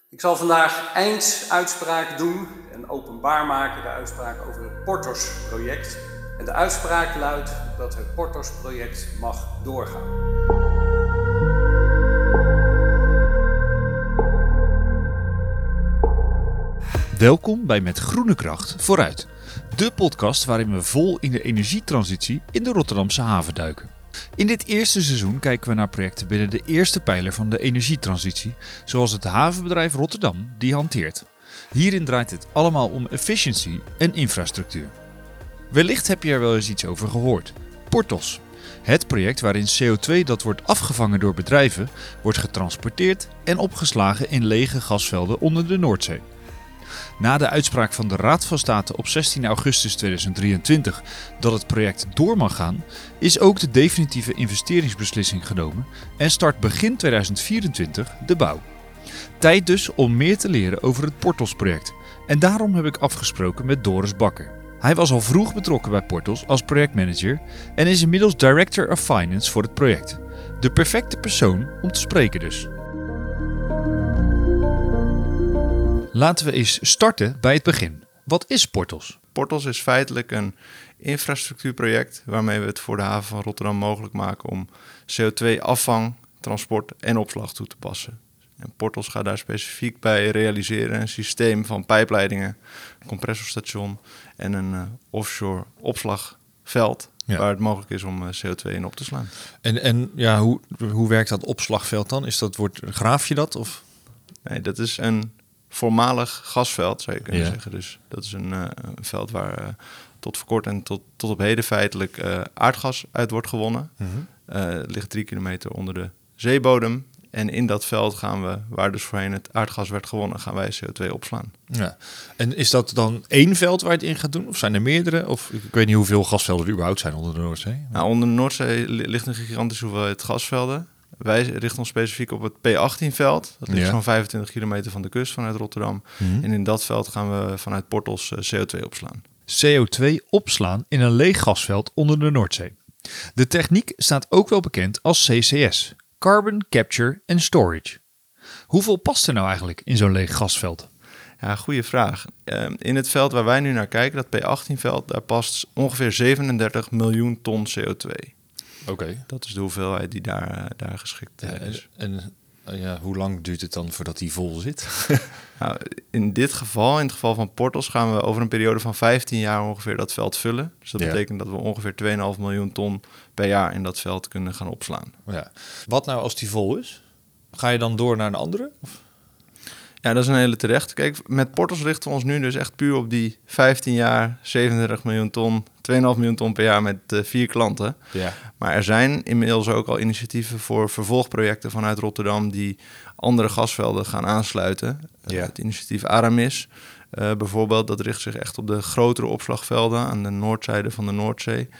Ik zal vandaag eindsuitspraak doen en openbaar maken de uitspraak over het Porthos-project. En de uitspraak luidt dat het Porthos-project mag doorgaan. Welkom bij Met Groene Kracht Vooruit. De podcast waarin we vol in de energietransitie in de Rotterdamse haven duiken. In dit eerste seizoen kijken we naar projecten binnen de eerste pijler van de energietransitie, zoals het havenbedrijf Rotterdam die hanteert. Hierin draait het allemaal om efficiëntie en infrastructuur. Wellicht heb je er wel eens iets over gehoord. Porthos. Het project waarin CO2 dat wordt afgevangen door bedrijven, wordt getransporteerd en opgeslagen in lege gasvelden onder de Noordzee. Na de uitspraak van de Raad van State op 16 augustus 2023 dat het project door mag gaan, is ook de definitieve investeringsbeslissing genomen en start begin 2024 de bouw. Tijd dus om meer te leren over het Porthos-project. En daarom heb ik afgesproken met Doris Bakker. Hij was al vroeg betrokken bij Porthos als projectmanager en is inmiddels Director of Finance voor het project. De perfecte persoon om te spreken dus. Laten we eens starten bij het begin. Wat is Porthos? Porthos is feitelijk een infrastructuurproject waarmee we het voor de haven van Rotterdam mogelijk maken om CO2-afvang, transport en opslag toe te passen. En Porthos gaat daar specifiek bij realiseren een systeem van pijpleidingen, een compressorstation en een offshore opslagveld. Ja. Waar het mogelijk is om CO2 in op te slaan. En hoe werkt dat opslagveld dan? Graaf je dat? Of? Nee, dat is een voormalig gasveld, zou je kunnen zeggen. Dus dat is een veld waar tot voor kort en tot op heden feitelijk aardgas uit wordt gewonnen. Mm-hmm. Het ligt 3 kilometer onder de zeebodem. En in dat veld gaan we, waar dus voorheen het aardgas werd gewonnen, gaan wij CO2 opslaan. Ja. En is dat dan één veld waar je het in gaat doen? Of zijn er meerdere? Of ik weet niet hoeveel gasvelden er überhaupt zijn onder de Noordzee. Nou, onder de Noordzee ligt een gigantische hoeveelheid gasvelden. Wij richten ons specifiek op het P18-veld. Dat ligt zo'n 25 kilometer van de kust vanuit Rotterdam. Mm-hmm. En in dat veld gaan we vanuit Porthos CO2 opslaan. CO2 opslaan in een leeg gasveld onder de Noordzee. De techniek staat ook wel bekend als CCS. Carbon Capture and Storage. Hoeveel past er nou eigenlijk in zo'n leeg gasveld? Ja, goede vraag. In het veld waar wij nu naar kijken, dat P18-veld, daar past ongeveer 37 miljoen ton CO2. Oké. Dat is de hoeveelheid die daar geschikt is. En hoe lang duurt het dan voordat die vol zit? Nou, in het geval van Porthos, gaan we over een periode van 15 jaar ongeveer dat veld vullen. Dus dat betekent dat we ongeveer 2,5 miljoen ton per jaar in dat veld kunnen gaan opslaan. Ja. Wat nou als die vol is? Ga je dan door naar een andere? Of? Ja, dat is een hele terecht. Kijk, met Porthos richten we ons nu dus echt puur op die 15 jaar, 37 miljoen ton, 2,5 miljoen ton per jaar met 4 klanten. Ja. Maar er zijn inmiddels ook al initiatieven voor vervolgprojecten vanuit Rotterdam die andere gasvelden gaan aansluiten. Het initiatief Aramis bijvoorbeeld, dat richt zich echt op de grotere opslagvelden aan de noordzijde van de Noordzee.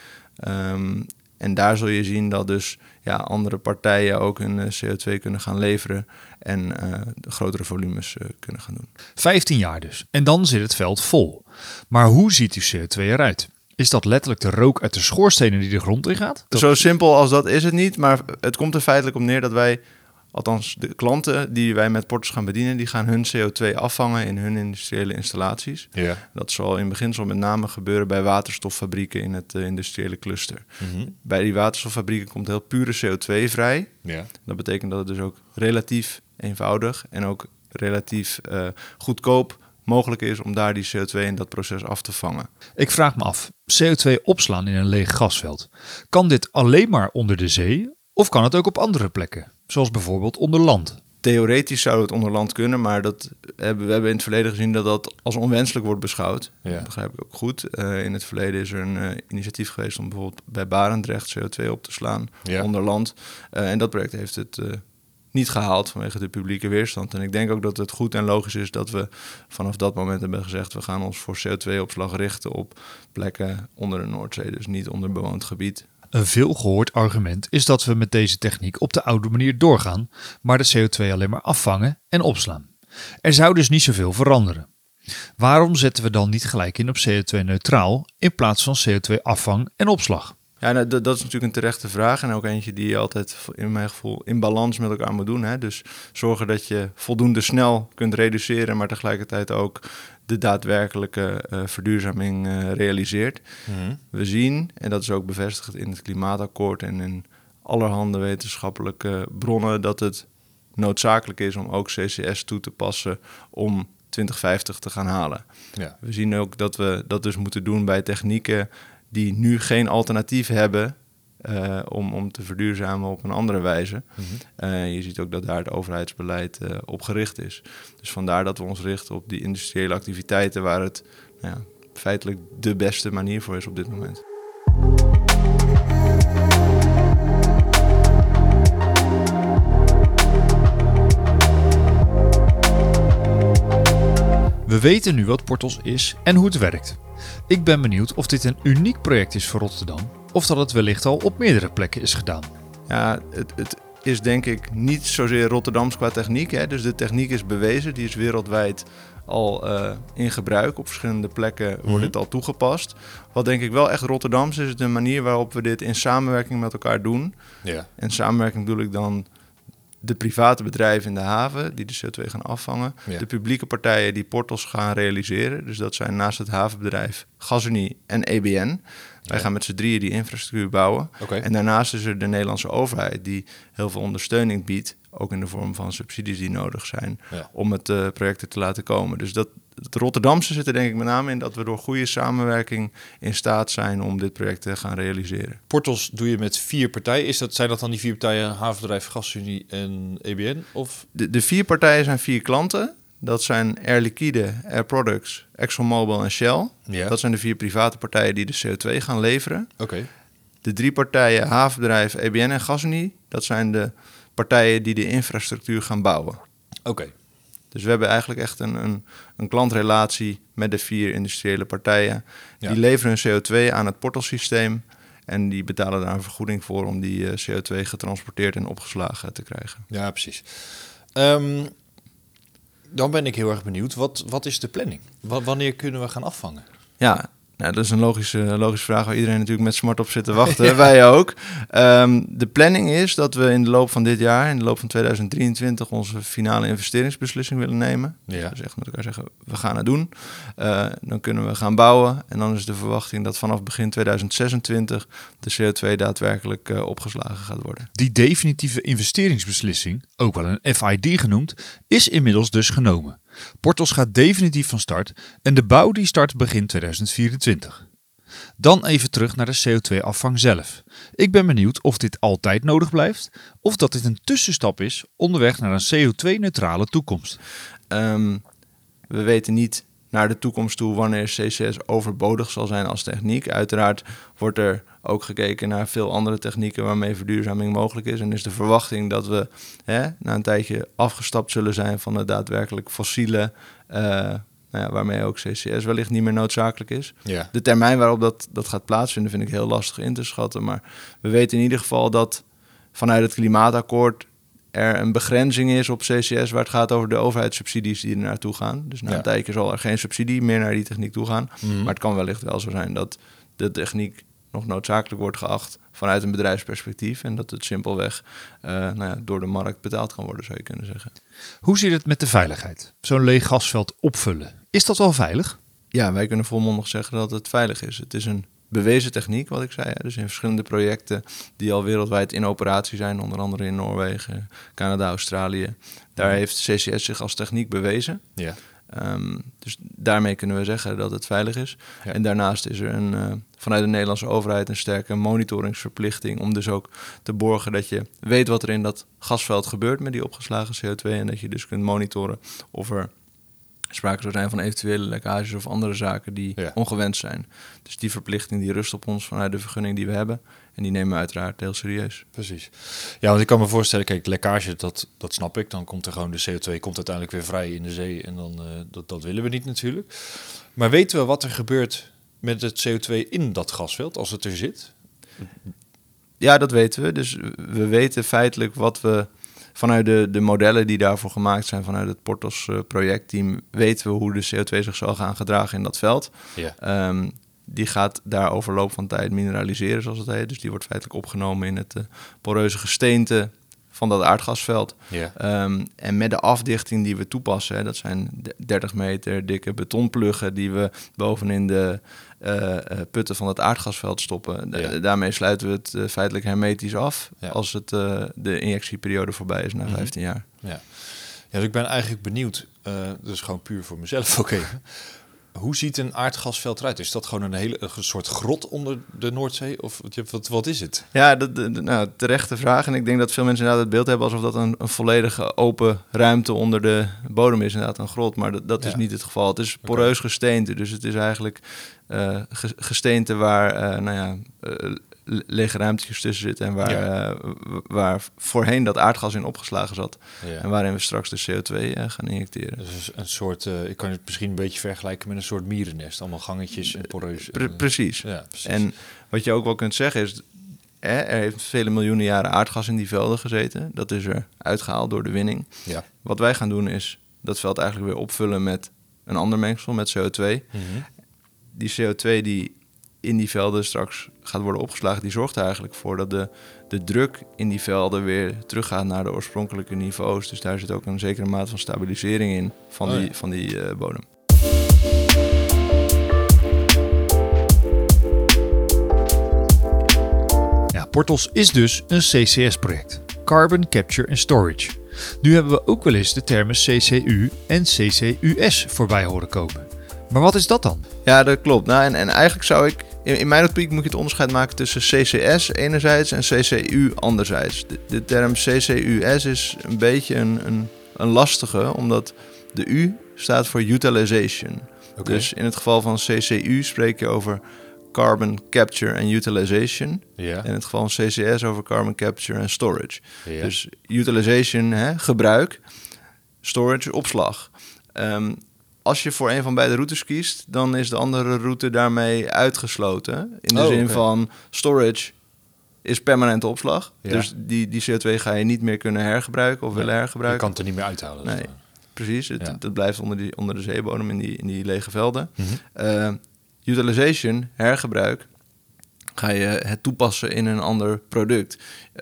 En daar zul je zien dat dus andere partijen ook hun CO2 kunnen gaan leveren en de grotere volumes kunnen gaan doen. 15 jaar dus. En dan zit het veld vol. Maar hoe ziet die CO2 eruit? Is dat letterlijk de rook uit de schoorstenen die de grond in gaat? Zo simpel als dat is het niet, maar het komt er feitelijk op neer dat wij, althans de klanten die wij met Porthos gaan bedienen, die gaan hun CO2 afvangen in hun industriële installaties. Ja. Dat zal in beginsel met name gebeuren bij waterstoffabrieken in het industriële cluster. Mm-hmm. Bij die waterstoffabrieken komt heel pure CO2 vrij. Ja. Dat betekent dat het dus ook relatief eenvoudig en ook relatief goedkoop mogelijk is om daar die CO2 in dat proces af te vangen. Ik vraag me af, CO2 opslaan in een leeg gasveld. Kan dit alleen maar onder de zee of kan het ook op andere plekken? Zoals bijvoorbeeld onder land? Theoretisch zou het onder land kunnen, maar we hebben in het verleden gezien dat dat als onwenselijk wordt beschouwd. Ja. Dat begrijp ik ook goed. In het verleden is er een initiatief geweest om bijvoorbeeld bij Barendrecht CO2 op te slaan onder land. En dat project heeft het niet gehaald vanwege de publieke weerstand. En ik denk ook dat het goed en logisch is dat we vanaf dat moment hebben gezegd, we gaan ons voor CO2-opslag richten op plekken onder de Noordzee, dus niet onder bewoond gebied. Een veel gehoord argument is dat we met deze techniek op de oude manier doorgaan, maar de CO2 alleen maar afvangen en opslaan. Er zou dus niet zoveel veranderen. Waarom zetten we dan niet gelijk in op CO2-neutraal in plaats van CO2-afvang en opslag? Ja, nou, dat is natuurlijk een terechte vraag en ook eentje die je altijd in mijn gevoel in balans met elkaar moet doen. Hè? Dus zorgen dat je voldoende snel kunt reduceren, maar tegelijkertijd ook de daadwerkelijke verduurzaming realiseert. Mm-hmm. We zien, en dat is ook bevestigd in het klimaatakkoord en in allerhande wetenschappelijke bronnen, dat het noodzakelijk is om ook CCS toe te passen om 2050 te gaan halen. Ja. We zien ook dat we dat dus moeten doen bij technieken die nu geen alternatief hebben om te verduurzamen op een andere wijze. Mm-hmm. Je ziet ook dat daar het overheidsbeleid op gericht is. Dus vandaar dat we ons richten op die industriële activiteiten waar het feitelijk de beste manier voor is op dit moment. We weten nu wat Portos is en hoe het werkt. Ik ben benieuwd of dit een uniek project is voor Rotterdam of dat het wellicht al op meerdere plekken is gedaan. Ja, het is denk ik niet zozeer Rotterdams qua techniek. Hè. Dus de techniek is bewezen, die is wereldwijd al in gebruik. Op verschillende plekken wordt dit al toegepast. Wat denk ik wel echt Rotterdams is, de manier waarop we dit in samenwerking met elkaar doen. Ja. En samenwerking bedoel ik dan de private bedrijven in de haven die de CO2 gaan afvangen. Ja. De publieke partijen die Portos gaan realiseren. Dus dat zijn naast het havenbedrijf Gasunie en EBN. Wij gaan met z'n drieën die infrastructuur bouwen. Okay. En daarnaast is er de Nederlandse overheid die heel veel ondersteuning biedt. Ook in de vorm van subsidies die nodig zijn om het project te laten komen. Dus het Rotterdamse zit er denk ik met name in dat we door goede samenwerking in staat zijn om dit project te gaan realiseren. Portos doe je met 4 partijen. Zijn dat dan die 4 partijen, havenbedrijf, Gasunie en EBN? Of? De 4 partijen zijn 4 klanten. Dat zijn Air Liquide, Air Products, ExxonMobil en Shell. Ja. Dat zijn de 4 private partijen die de CO2 gaan leveren. Okay. De 3 partijen, havenbedrijf, EBN en Gasunie, dat zijn de partijen die de infrastructuur gaan bouwen. Okay. Dus we hebben eigenlijk echt een klantrelatie met de 4 industriële partijen. Ja. Die leveren hun CO2 aan het Portos-systeem en die betalen daar een vergoeding voor om die CO2 getransporteerd en opgeslagen te krijgen. Ja, precies. Dan ben ik heel erg benieuwd. Wat is de planning? Wanneer kunnen we gaan afvangen? Ja, nou, dat is een logische vraag waar iedereen natuurlijk met smart op zit te wachten. Wij ook. De planning is dat we in de loop van dit jaar, in de loop van 2023, onze finale investeringsbeslissing willen nemen. Ja. Dus echt met elkaar zeggen, we gaan het doen. Dan kunnen we gaan bouwen. En dan is de verwachting dat vanaf begin 2026 de CO2 daadwerkelijk opgeslagen gaat worden. Die definitieve investeringsbeslissing, ook wel een FID genoemd, is inmiddels dus genomen. Portos gaat definitief van start en de bouw die start begin 2024. Dan even terug naar de CO2-afvang zelf. Ik ben benieuwd of dit altijd nodig blijft of dat dit een tussenstap is onderweg naar een CO2-neutrale toekomst. We weten niet naar de toekomst toe wanneer CCS overbodig zal zijn als techniek. Uiteraard wordt er ook gekeken naar veel andere technieken waarmee verduurzaming mogelijk is. En is de verwachting dat we na een tijdje afgestapt zullen zijn van de daadwerkelijk fossiele, waarmee ook CCS wellicht niet meer noodzakelijk is. Ja. De termijn waarop dat gaat plaatsvinden vind ik heel lastig in te schatten. Maar we weten in ieder geval dat vanuit het klimaatakkoord er een begrenzing is op CCS waar het gaat over de overheidssubsidies die er naartoe gaan. Dus na een tijdje zal er geen subsidie meer naar die techniek toe gaan. Maar het kan wellicht wel zo zijn dat de techniek nog noodzakelijk wordt geacht vanuit een bedrijfsperspectief en dat het simpelweg door de markt betaald kan worden, zou je kunnen zeggen. Hoe zit het met de veiligheid? Zo'n leeg gasveld opvullen. Is dat wel veilig? Ja, wij kunnen volmondig zeggen dat het veilig is. Het is een bewezen techniek, wat ik zei. Dus in verschillende projecten die al wereldwijd in operatie zijn, onder andere in Noorwegen, Canada, Australië. Daar heeft CCS zich als techniek bewezen. Ja. Dus daarmee kunnen we zeggen dat het veilig is. Ja. En daarnaast is er vanuit de Nederlandse overheid een sterke monitoringsverplichting om dus ook te borgen dat je weet wat er in dat gasveld gebeurt met die opgeslagen CO2 en dat je dus kunt monitoren of er sprake zou zijn van eventuele lekkages of andere zaken die ongewenst zijn. Dus die verplichting die rust op ons vanuit de vergunning die we hebben. En die nemen we uiteraard heel serieus. Precies. Ja, want ik kan me voorstellen, kijk, lekkage, dat snap ik. Dan komt er gewoon de CO2 komt uiteindelijk weer vrij in de zee. En dan dat willen we niet natuurlijk. Maar weten we wat er gebeurt met het CO2 in dat gasveld als het er zit? Ja, dat weten we. Dus we weten feitelijk wat we vanuit de modellen die daarvoor gemaakt zijn, vanuit het Portos projectteam, weten we hoe de CO2 zich zal gaan gedragen in dat veld. Ja. die gaat daar over loop van tijd mineraliseren, zoals het heet. Dus die wordt feitelijk opgenomen in het poreuze gesteente van dat aardgasveld. Ja. En met de afdichting die we toepassen, dat zijn 30 meter dikke betonpluggen die we bovenin de putten van het aardgasveld stoppen. Daarmee sluiten we het feitelijk hermetisch af als de injectieperiode voorbij is na 15 jaar. Ja. Dus ik ben eigenlijk benieuwd, dus gewoon puur voor mezelf ook even. Hoe ziet een aardgasveld eruit? Is dat gewoon een soort grot onder de Noordzee? Of wat is het? Ja, terechte vraag. En ik denk dat veel mensen inderdaad het beeld hebben alsof dat een volledige open ruimte onder de bodem is. Inderdaad een grot, maar dat is niet het geval. Het is poreus gesteente, dus het is eigenlijk gesteente waar lege ruimtetjes tussen zitten en waar voorheen dat aardgas in opgeslagen zat. Ja. En waarin we straks de CO2 gaan injecteren. Dus een soort, ik kan het misschien een beetje vergelijken met een soort mierennest. Allemaal gangetjes en poreus. Precies. Ja, precies. En wat je ook wel kunt zeggen is, er heeft vele miljoenen jaren aardgas in die velden gezeten. Dat is er uitgehaald door de winning. Ja. Wat wij gaan doen is dat veld eigenlijk weer opvullen met een ander mengsel, met CO2. Mm-hmm. Die CO2 die in die velden straks gaat worden opgeslagen, die zorgt er eigenlijk voor dat de druk in die velden weer teruggaat naar de oorspronkelijke niveaus. Dus daar zit ook een zekere mate van stabilisering in van die bodem. Ja, Portos is dus een CCS-project. Carbon Capture and Storage. Nu hebben we ook wel eens de termen CCU en CCUS voorbij horen komen. Maar wat is dat dan? Ja, dat klopt. Nou, en eigenlijk zou ik, in mijn optiek moet je het onderscheid maken tussen CCS enerzijds en CCU anderzijds. De term CCUS is een beetje een lastige, omdat de U staat voor utilization. Okay. Dus in het geval van CCU spreek je over Carbon Capture and Utilization. Ja. En in het geval van CCS over Carbon Capture and Storage. Ja. Dus utilization, gebruik, storage, opslag. Als je voor een van beide routes kiest, dan is de andere route daarmee uitgesloten. In de zin van storage is permanente opslag. Ja. Dus die CO2 ga je niet meer kunnen hergebruiken of willen hergebruiken. Je kan het er niet meer uithalen. Nee, precies. Het blijft onder de zeebodem in die lege velden. Mm-hmm. Utilization, hergebruik, ga je het toepassen in een ander product.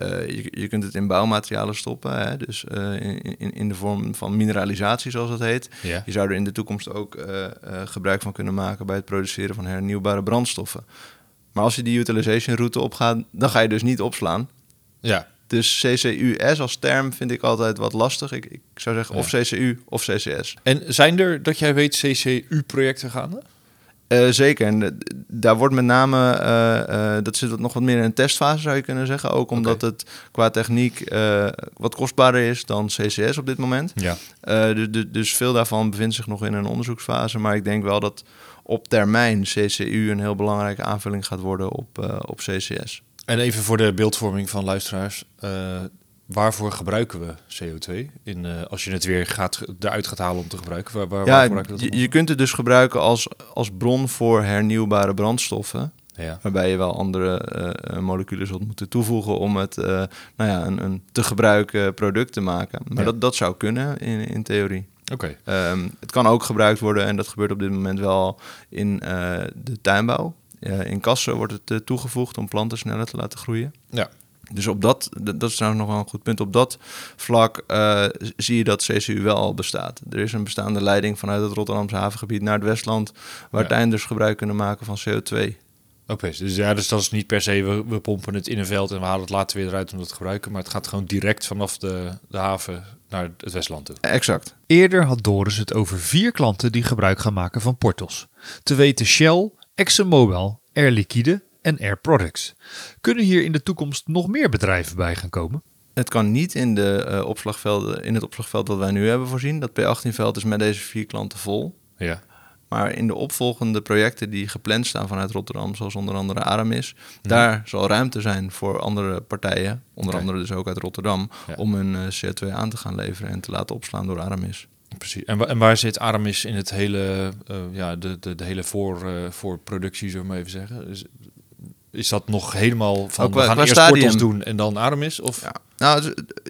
Je kunt het in bouwmaterialen stoppen, hè? Dus in de vorm van mineralisatie, zoals dat heet. Ja. Je zou er in de toekomst ook gebruik van kunnen maken bij het produceren van hernieuwbare brandstoffen. Maar als je die utilization route opgaat, dan ga je dus niet opslaan. Ja. Dus CCUS als term vind ik altijd wat lastig. Ik zou zeggen of CCU of CCS. En zijn er, dat jij weet, CCU-projecten gaande? Zeker. En daar wordt met name, dat zit nog wat meer in een testfase, zou je kunnen zeggen. Ook omdat het qua techniek wat kostbaarder is dan CCS op dit moment. Ja. Dus veel daarvan bevindt zich nog in een onderzoeksfase. Maar ik denk wel dat op termijn CCU een heel belangrijke aanvulling gaat worden op CCS. En even voor de beeldvorming van luisteraars. Waarvoor gebruiken we CO2? Als je het weer eruit gaat halen om te gebruiken. Waar gebruiken we dat? Je kunt het dus gebruiken als bron voor hernieuwbare brandstoffen. Ja. Waarbij je wel andere moleculen zult moeten toevoegen om het een te gebruiken product te maken. Maar dat zou kunnen in theorie. Okay. Het kan ook gebruikt worden, en dat gebeurt op dit moment wel in de tuinbouw. In kassen wordt het toegevoegd om planten sneller te laten groeien. Ja. Dus op dat is trouwens nog wel een goed punt. Op dat vlak zie je dat CCU wel al bestaat. Er is een bestaande leiding vanuit het Rotterdamse havengebied naar het Westland, waar tuinders gebruik kunnen maken van CO2. Oké, dus dat is niet per se, we pompen het in een veld en we halen het later weer eruit om dat te gebruiken. Maar het gaat gewoon direct vanaf de haven naar het Westland toe. Exact. Eerder had Doris het over 4 klanten die gebruik gaan maken van Portos. Te weten Shell, ExxonMobil, Air Liquide en Air Products. Kunnen hier in de toekomst nog meer bedrijven bij gaan komen? Het kan niet in het opslagveld dat wij nu hebben voorzien. Dat P18-veld is met deze 4 klanten vol. Ja. Maar in de opvolgende projecten die gepland staan vanuit Rotterdam, zoals onder andere Aramis, daar zal ruimte zijn voor andere partijen, onder andere dus ook uit Rotterdam, om hun CO2 aan te gaan leveren en te laten opslaan door Aramis. Precies. En waar zit Aramis in het hele, de hele voorproductie, zullen we maar even zeggen? Is dat nog helemaal van, we gaan eerst Portos doen en dan Aramis? Of? Ja. Nou,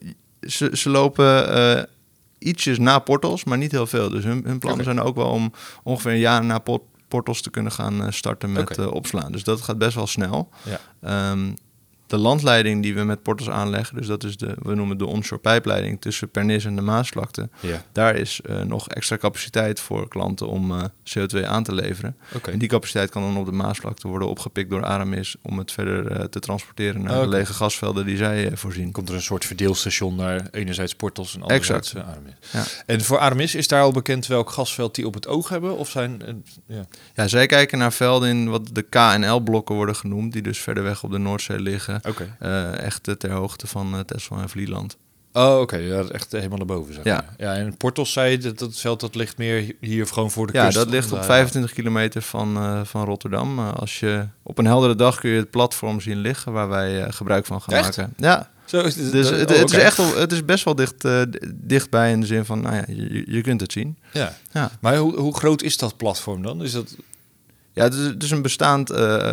ze lopen ietsjes na Portos, maar niet heel veel. Dus hun plannen zijn ook wel om ongeveer een jaar na Portals te kunnen gaan starten met opslaan. Dus dat gaat best wel snel. Ja. De landleiding die we met Portals aanleggen, dus dat is we noemen het de onshore pijpleiding tussen Pernis en de Maasvlakte. Ja. Daar is nog extra capaciteit voor klanten om CO2 aan te leveren. Okay. En die capaciteit kan dan op de Maasvlakte worden opgepikt door Aramis om het verder te transporteren naar de lege gasvelden die zij voorzien. Komt er een soort verdeelstation naar enerzijds Portals en anderzijds Aramis. Ja. En voor Aramis is daar al bekend welk gasveld die op het oog hebben? Of zijn, ja, zij kijken naar velden in wat de KNL-blokken worden genoemd, die dus verder weg op de Noordzee liggen. Echt ter hoogte van Texel en Vlieland. Oh, oké. Ja, echt helemaal naar boven, zeg maar. Ja, en Portals zei dat veld dat ligt meer hier gewoon voor de kust. Ja, dat ligt op 25 kilometer van Rotterdam. Als je op een heldere dag kun je het platform zien liggen waar wij gebruik van gaan maken. Ja. Zo is het, dus het is best wel dichtbij in de zin van, nou ja, je kunt het zien. Ja. Maar hoe groot is dat platform dan? Is dat... Ja, het is een bestaand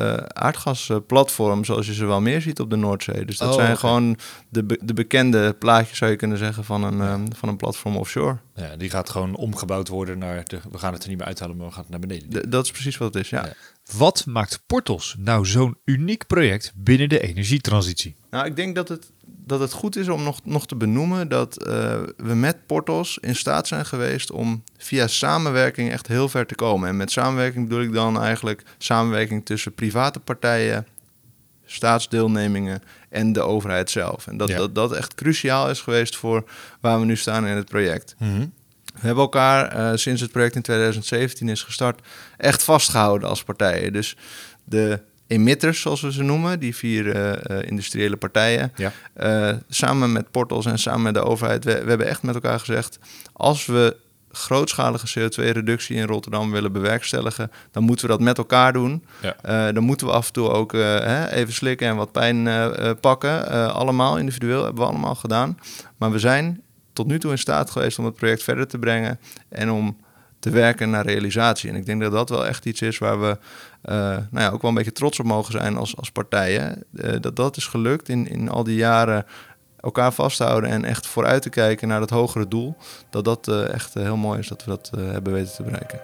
aardgasplatform zoals je ze wel meer ziet op de Noordzee. Dus dat zijn gewoon de bekende plaatjes, zou je kunnen zeggen, van een platform offshore. Ja, die gaat gewoon omgebouwd worden naar we gaan het er niet meer uithalen, maar we gaan het naar beneden. Dat is precies wat het is, ja. Wat maakt Portals nou zo'n uniek project binnen de energietransitie? Nou, ik denk dat het goed is om nog te benoemen dat we met Portals in staat zijn geweest om via samenwerking echt heel ver te komen. En met samenwerking bedoel ik dan eigenlijk samenwerking tussen private partijen, staatsdeelnemingen en de overheid zelf. En dat echt cruciaal is geweest voor waar we nu staan in het project. Mm-hmm. We hebben elkaar sinds het project in 2017 is gestart echt vastgehouden als partijen. Dus de emitters, zoals we ze noemen, die 4 industriële partijen, samen met Portals en samen met de overheid, we hebben echt met elkaar gezegd, als we grootschalige CO2-reductie in Rotterdam willen bewerkstelligen, dan moeten we dat met elkaar doen. Ja. Dan moeten we af en toe ook even slikken en wat pijn pakken. Allemaal individueel hebben we allemaal gedaan. Maar we zijn tot nu toe in staat geweest om het project verder te brengen en om te werken naar realisatie. En ik denk dat dat wel echt iets is waar we ook wel een beetje trots op mogen zijn als partijen. Dat is gelukt in al die jaren elkaar vasthouden en echt vooruit te kijken naar dat hogere doel. Dat echt heel mooi is dat we dat hebben weten te bereiken.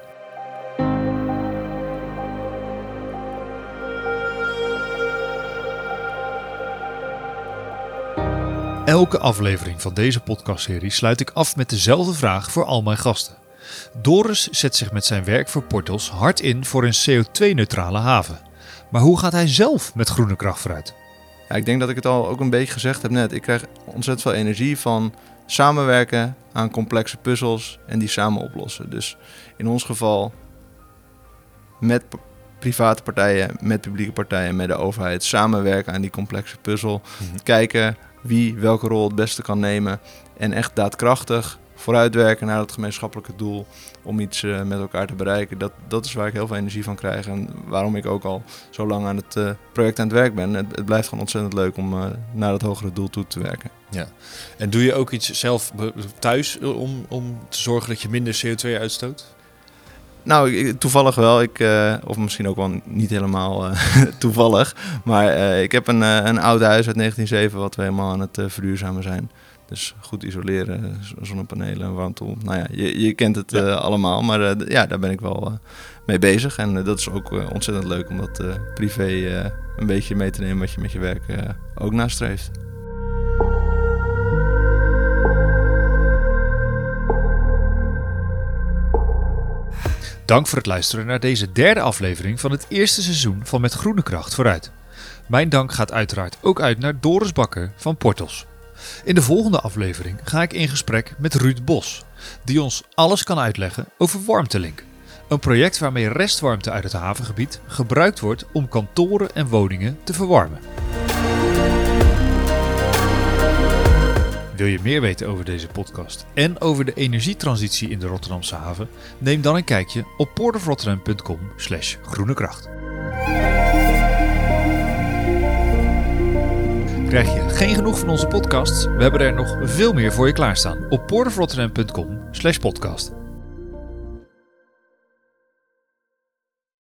Elke aflevering van deze podcastserie sluit ik af met dezelfde vraag voor al mijn gasten. Doris zet zich met zijn werk voor Portals hard in voor een CO2-neutrale haven. Maar hoe gaat hij zelf met groene kracht vooruit? Ja, ik denk dat ik het al ook een beetje gezegd heb net. Ik krijg ontzettend veel energie van samenwerken aan complexe puzzels en die samen oplossen. Dus in ons geval met private partijen, met publieke partijen, met de overheid samenwerken aan die complexe puzzel. Mm-hmm. Kijken wie welke rol het beste kan nemen en echt daadkrachtig vooruitwerken naar het gemeenschappelijke doel om iets met elkaar te bereiken. Dat is waar ik heel veel energie van krijg en waarom ik ook al zo lang aan het project aan het werk ben. Het blijft gewoon ontzettend leuk om naar het hogere doel toe te werken. Ja. En doe je ook iets zelf thuis om te zorgen dat je minder CO2 uitstoot? Nou, toevallig wel. Of misschien ook wel niet helemaal toevallig. Maar ik heb een oud huis uit 1907 wat we helemaal aan het verduurzamen zijn. Dus goed isoleren, zonnepanelen en warmte. Nou ja, je kent het allemaal, maar daar ben ik wel mee bezig. En dat is ook ontzettend leuk om dat privé een beetje mee te nemen wat je met je werk ook nastreeft. Dank voor het luisteren naar deze 3e aflevering van het eerste seizoen van Met Groene Kracht Vooruit. Mijn dank gaat uiteraard ook uit naar Doris Bakker van Portals. In de volgende aflevering ga ik in gesprek met Ruud Bos, die ons alles kan uitleggen over Warmtelink. Een project waarmee restwarmte uit het havengebied gebruikt wordt om kantoren en woningen te verwarmen. Wil je meer weten over deze podcast en over de energietransitie in de Rotterdamse haven? Neem dan een kijkje op portofrotterdam.com/groenekracht. Krijg je geen genoeg van onze podcasts? We hebben er nog veel meer voor je klaarstaan op portofrotterdam.com/podcast.